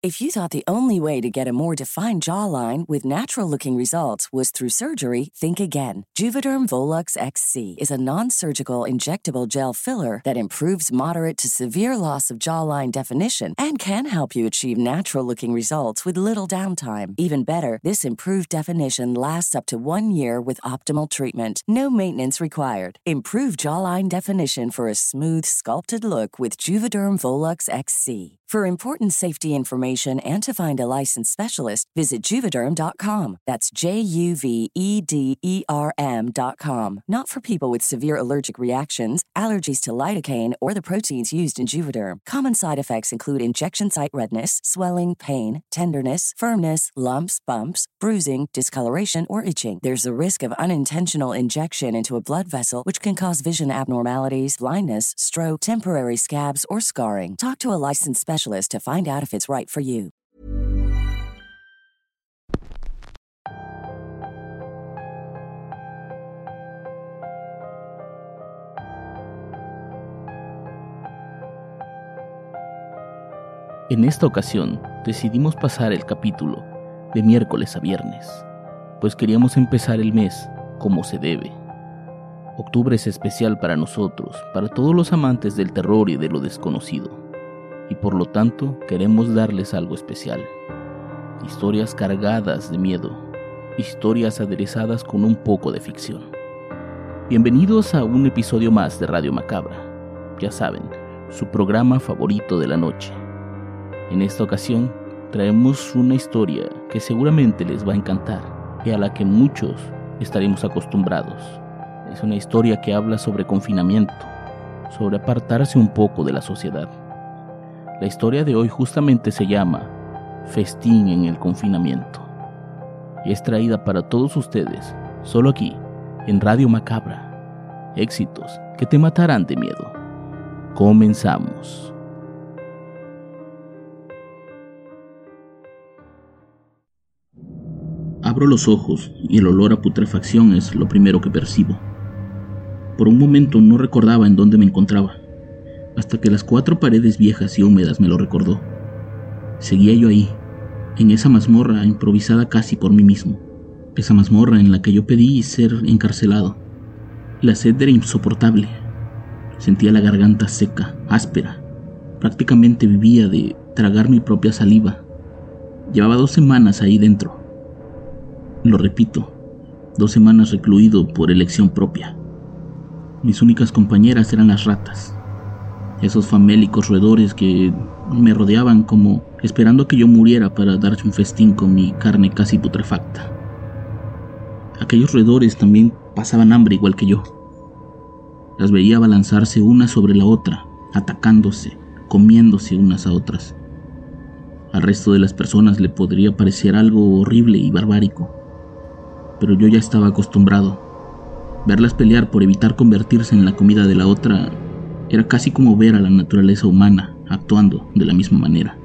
If you thought the only way to get a more defined jawline with natural-looking results was through surgery, think again. Juvederm Volux XC is a non-surgical injectable gel filler that improves moderate to severe loss of jawline definition and can help you achieve natural-looking results with little downtime. Even better, this improved definition lasts up to 1 year with optimal treatment. No maintenance required. Improve jawline definition for a smooth, sculpted look with Juvederm Volux XC. For important safety information and to find a licensed specialist, visit Juvederm.com. That's Juvederm.com. Not for people with severe allergic reactions, allergies to lidocaine, or the proteins used in Juvederm. Common side effects include injection site redness, swelling, pain, tenderness, firmness, lumps, bumps, bruising, discoloration, or itching. There's a risk of unintentional injection into a blood vessel, which can cause vision abnormalities, blindness, stroke, temporary scabs, or scarring. Talk to a licensed specialist to find out if it's right for you. En esta ocasión, decidimos pasar el capítulo de miércoles a viernes, pues queríamos empezar el mes como se debe. Octubre es especial para nosotros, para todos los amantes del terror y de lo desconocido. Y por lo tanto queremos darles algo especial. Historias cargadas de miedo, historias aderezadas con un poco de ficción. Bienvenidos a un episodio más de Radio Macabra, ya saben, su programa favorito de la noche. En esta ocasión traemos una historia que seguramente les va a encantar y a la que muchos estaremos acostumbrados. Es una historia que habla sobre confinamiento, sobre apartarse un poco de la sociedad. La historia de hoy justamente se llama Festín en el confinamiento y es traída para todos ustedes, solo aquí, en Radio Macabra. Éxitos que te matarán de miedo. Comenzamos. Abro los ojos y el olor a putrefacción es lo primero que percibo. Por un momento no recordaba en dónde me encontraba, hasta que las 4 paredes viejas y húmedas me lo recordó. Seguía yo ahí, en esa mazmorra improvisada casi por mí mismo, esa mazmorra en la que yo pedí ser encarcelado. La sed era insoportable, sentía la garganta seca, áspera, prácticamente vivía de tragar mi propia saliva. Llevaba 2 semanas ahí dentro. Lo repito, 2 semanas recluido por elección propia. Mis únicas compañeras eran las ratas, esos famélicos roedores que me rodeaban como esperando a que yo muriera para darse un festín con mi carne casi putrefacta. Aquellos roedores también pasaban hambre igual que yo. Las veía abalanzarse una sobre la otra, atacándose, comiéndose unas a otras. Al resto de las personas le podría parecer algo horrible y barbárico, pero yo ya estaba acostumbrado. Verlas pelear por evitar convertirse en la comida de la otra era casi como ver a la naturaleza humana actuando de la misma manera.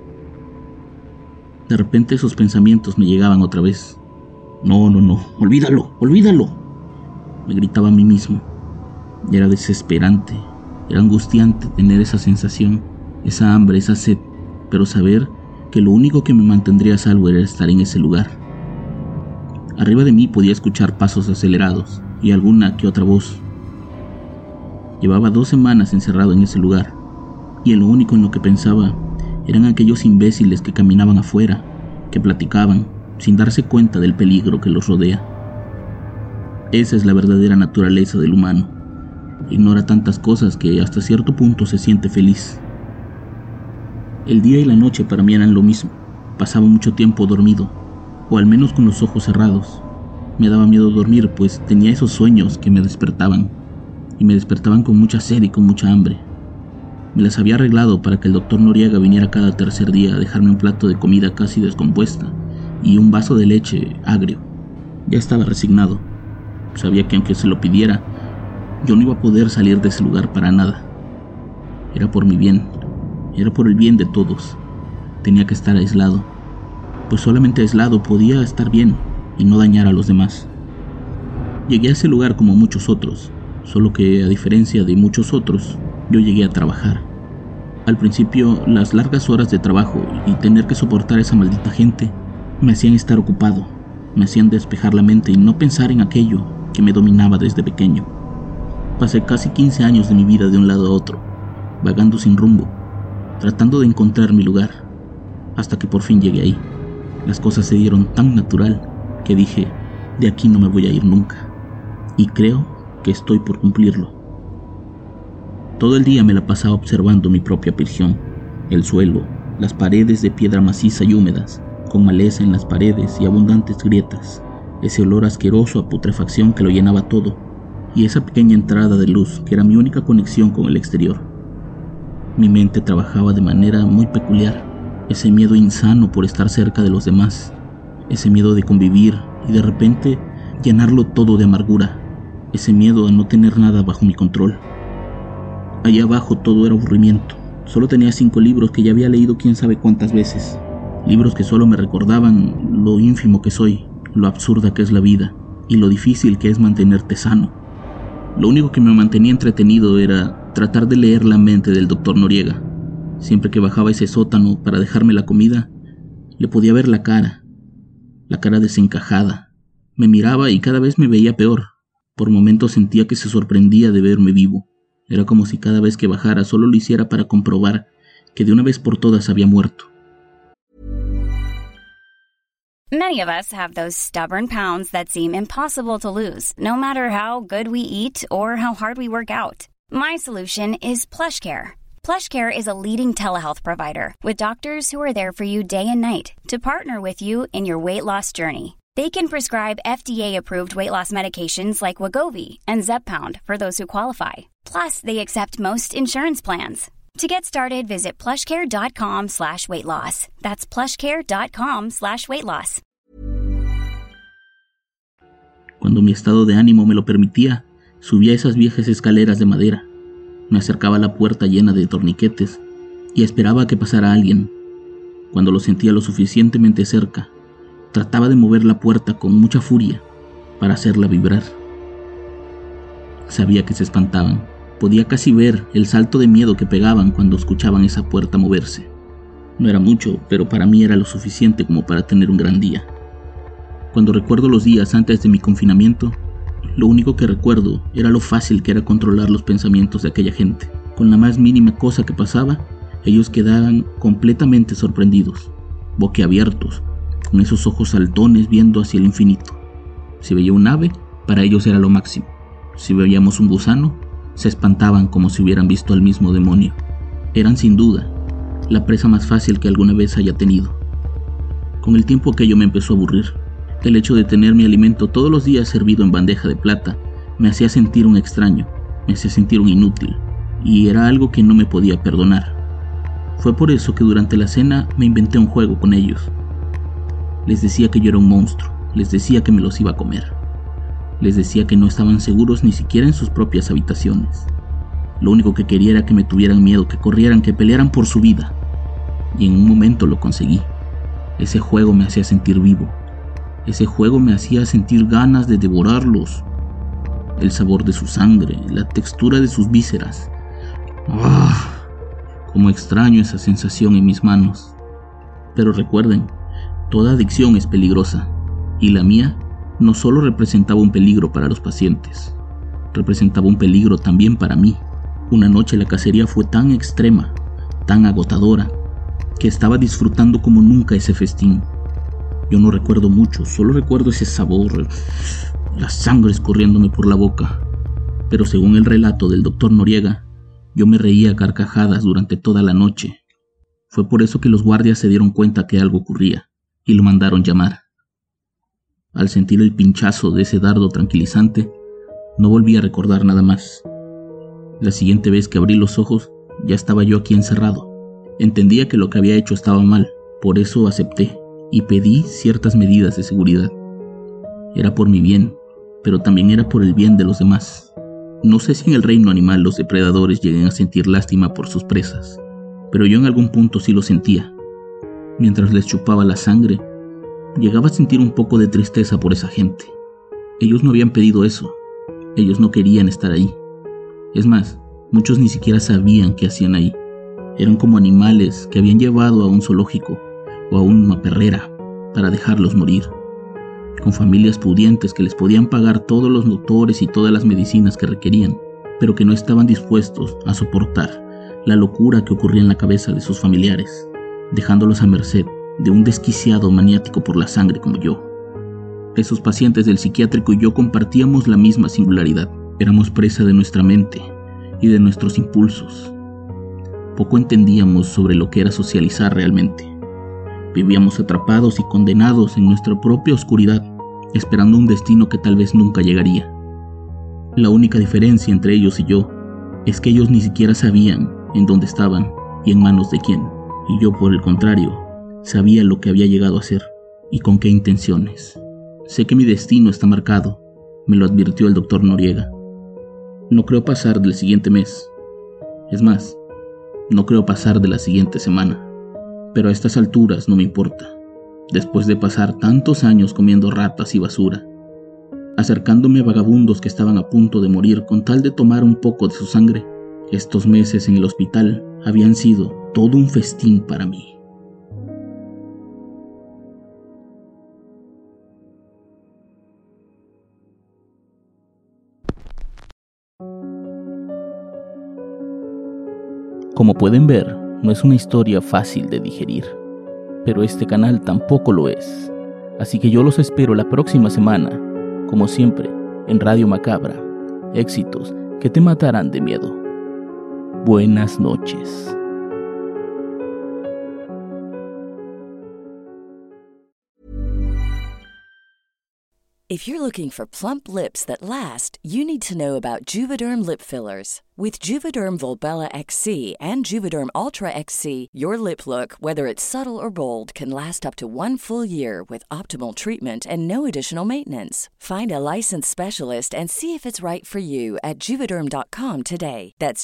De repente esos pensamientos me llegaban otra vez. No, olvídalo, me gritaba a mí mismo. Y era desesperante, era angustiante tener esa sensación, esa hambre, esa sed, pero saber que lo único que me mantendría a salvo era estar en ese lugar. Arriba de mí podía escuchar pasos acelerados y alguna que otra voz. Llevaba 2 semanas encerrado en ese lugar, y lo único en lo que pensaba eran aquellos imbéciles que caminaban afuera, que platicaban, sin darse cuenta del peligro que los rodea. Esa es la verdadera naturaleza del humano. Ignora tantas cosas que hasta cierto punto se siente feliz. El día y la noche para mí eran lo mismo. Pasaba mucho tiempo dormido, o al menos con los ojos cerrados. Me daba miedo dormir, pues tenía esos sueños que me despertaban, y me despertaban con mucha sed y con mucha hambre. Me las había arreglado para que el doctor Noriega viniera cada tercer día a dejarme un plato de comida casi descompuesta y un vaso de leche agrio. Ya estaba resignado. Sabía que aunque se lo pidiera, yo no iba a poder salir de ese lugar para nada. Era por mi bien, era por el bien de todos. Tenía que estar aislado, pues solamente aislado podía estar bien y no dañar a los demás. Llegué a ese lugar como muchos otros, solo que a diferencia de muchos otros, yo llegué a trabajar. Al principio, las largas horas de trabajo y tener que soportar a esa maldita gente me hacían estar ocupado, me hacían despejar la mente y no pensar en aquello que me dominaba desde pequeño. Pasé casi 15 años de mi vida de un lado a otro, vagando sin rumbo, tratando de encontrar mi lugar, hasta que por fin llegué ahí. Las cosas se dieron tan natural que dije, de aquí no me voy a ir nunca, y creo que estoy por cumplirlo. Todo el día me la pasaba observando mi propia prisión, el suelo, las paredes de piedra maciza y húmedas, con maleza en las paredes y abundantes grietas, ese olor asqueroso a putrefacción que lo llenaba todo, y esa pequeña entrada de luz que era mi única conexión con el exterior. Mi mente trabajaba de manera muy peculiar, ese miedo insano por estar cerca de los demás, ese miedo de convivir y de repente llenarlo todo de amargura, ese miedo a no tener nada bajo mi control. Allá abajo todo era aburrimiento. Solo tenía 5 libros que ya había leído quién sabe cuántas veces. Libros que solo me recordaban lo ínfimo que soy, lo absurda que es la vida y lo difícil que es mantenerte sano. Lo único que me mantenía entretenido era tratar de leer la mente del Dr. Noriega. Siempre que bajaba ese sótano para dejarme la comida, le podía ver la cara desencajada. Me miraba y cada vez me veía peor. Por momentos sentía que se sorprendía de verme vivo. Era como si cada vez que bajara solo lo hiciera para comprobar que de una vez por todas había muerto. Many of us have those stubborn pounds that seem impossible to lose, no matter how good we eat or how hard we work out. My solution is PlushCare. PlushCare is a leading telehealth provider with doctors who are there for you day and night to partner with you in your weight loss journey. They can prescribe FDA-approved weight loss medications like Wegovy and Zepbound for those who qualify. Plus, they accept most insurance plans. To get started, visit plushcare.com/weightloss. That's plushcare.com/weightloss. Cuando mi estado de ánimo me lo permitía, subía esas viejas escaleras de madera. Me acercaba a la puerta llena de torniquetes y esperaba a que pasara alguien. Cuando lo sentía lo suficientemente cerca, trataba de mover la puerta con mucha furia para hacerla vibrar. Sabía que se espantaban. Podía casi ver el salto de miedo que pegaban cuando escuchaban esa puerta moverse. No era mucho, pero para mí era lo suficiente como para tener un gran día. Cuando recuerdo los días antes de mi confinamiento, lo único que recuerdo era lo fácil que era controlar los pensamientos de aquella gente. Con la más mínima cosa que pasaba, ellos quedaban completamente sorprendidos, boquiabiertos, con esos ojos saltones viendo hacia el infinito. Si veía un ave, para ellos era lo máximo. Si veíamos un gusano, se espantaban como si hubieran visto al mismo demonio. Eran sin duda la presa más fácil que alguna vez haya tenido. Con el tiempo aquello me empezó a aburrir. El hecho de tener mi alimento todos los días servido en bandeja de plata me hacía sentir un extraño, me hacía sentir un inútil, y era algo que no me podía perdonar. Fue por eso que durante la cena me inventé un juego con ellos. Les decía que yo era un monstruo, les decía que me los iba a comer. Les decía que no estaban seguros ni siquiera en sus propias habitaciones. Lo único que quería era que me tuvieran miedo, que corrieran, que pelearan por su vida. Y en un momento lo conseguí. Ese juego me hacía sentir vivo. Ese juego me hacía sentir ganas de devorarlos. El sabor de su sangre, la textura de sus vísceras. ¡Ah! Cómo extraño esa sensación en mis manos. Pero recuerden, toda adicción es peligrosa. Y la mía no solo representaba un peligro para los pacientes, representaba un peligro también para mí. Una noche la cacería fue tan extrema, tan agotadora, que estaba disfrutando como nunca ese festín. Yo no recuerdo mucho, solo recuerdo ese sabor, la sangre escurriéndome por la boca. Pero según el relato del Dr. Noriega, yo me reía a carcajadas durante toda la noche. Fue por eso que los guardias se dieron cuenta que algo ocurría y lo mandaron llamar. Al sentir el pinchazo de ese dardo tranquilizante, no volví a recordar nada más. La siguiente vez que abrí los ojos, ya estaba yo aquí encerrado. Entendía que lo que había hecho estaba mal, por eso acepté y pedí ciertas medidas de seguridad. Era por mi bien, pero también era por el bien de los demás. No sé si en el reino animal los depredadores lleguen a sentir lástima por sus presas, pero yo en algún punto sí lo sentía. Mientras les chupaba la sangre, llegaba a sentir un poco de tristeza por esa gente. Ellos no habían pedido eso. Ellos no querían estar ahí. Es más, muchos ni siquiera sabían qué hacían ahí. Eran como animales que habían llevado a un zoológico o a una perrera para dejarlos morir, con familias pudientes que les podían pagar todos los doctores y todas las medicinas que requerían, pero que no estaban dispuestos a soportar la locura que ocurría en la cabeza de sus familiares, dejándolos a merced de un desquiciado maniático por la sangre como yo. Esos pacientes del psiquiátrico y yo compartíamos la misma singularidad. Éramos presa de nuestra mente y de nuestros impulsos. Poco entendíamos sobre lo que era socializar realmente. Vivíamos atrapados y condenados en nuestra propia oscuridad, esperando un destino que tal vez nunca llegaría. La única diferencia entre ellos y yo es que ellos ni siquiera sabían en dónde estaban y en manos de quién, y yo, por el contrario, sabía lo que había llegado a ser y con qué intenciones. Sé que mi destino está marcado, me lo advirtió el doctor Noriega. No creo pasar del siguiente mes. Es más, no creo pasar de la siguiente semana. Pero a estas alturas no me importa. Después de pasar tantos años comiendo ratas y basura, acercándome a vagabundos que estaban a punto de morir con tal de tomar un poco de su sangre, estos meses en el hospital habían sido todo un festín para mí. Como pueden ver, no es una historia fácil de digerir, pero este canal tampoco lo es. Así que yo los espero la próxima semana, como siempre, en Radio Macabra. Éxitos que te matarán de miedo. Buenas noches. If you're looking for plump lips that last, you need to know about Juvederm lip fillers. With Juvederm Volbella XC and Juvederm Ultra XC, your lip look, whether it's subtle or bold, can last up to 1 full year with optimal treatment and no additional maintenance. Find a licensed specialist and see if it's right for you at Juvederm.com today. That's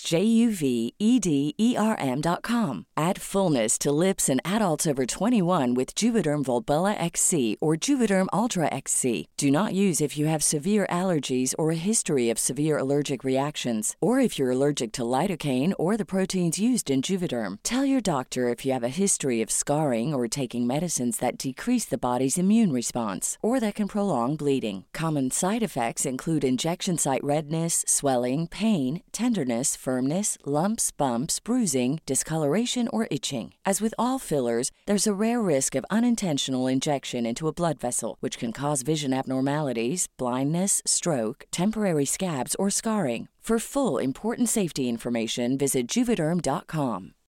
JUVEDERM.com. Add fullness to lips in adults over 21 with Juvederm Volbella XC or Juvederm Ultra XC. Do not use if you have severe allergies or a history of severe allergic reactions, or if you're allergic to lidocaine or the proteins used in Juvederm. Tell your doctor if you have a history of scarring or taking medicines that decrease the body's immune response or that can prolong bleeding. Common side effects include injection site redness, swelling, pain, tenderness, firmness, lumps, bumps, bruising, discoloration, or itching. As with all fillers, there's a rare risk of unintentional injection into a blood vessel, which can cause vision abnormalities, blindness, stroke, temporary scabs, or scarring. For full, important safety information, visit Juvederm.com.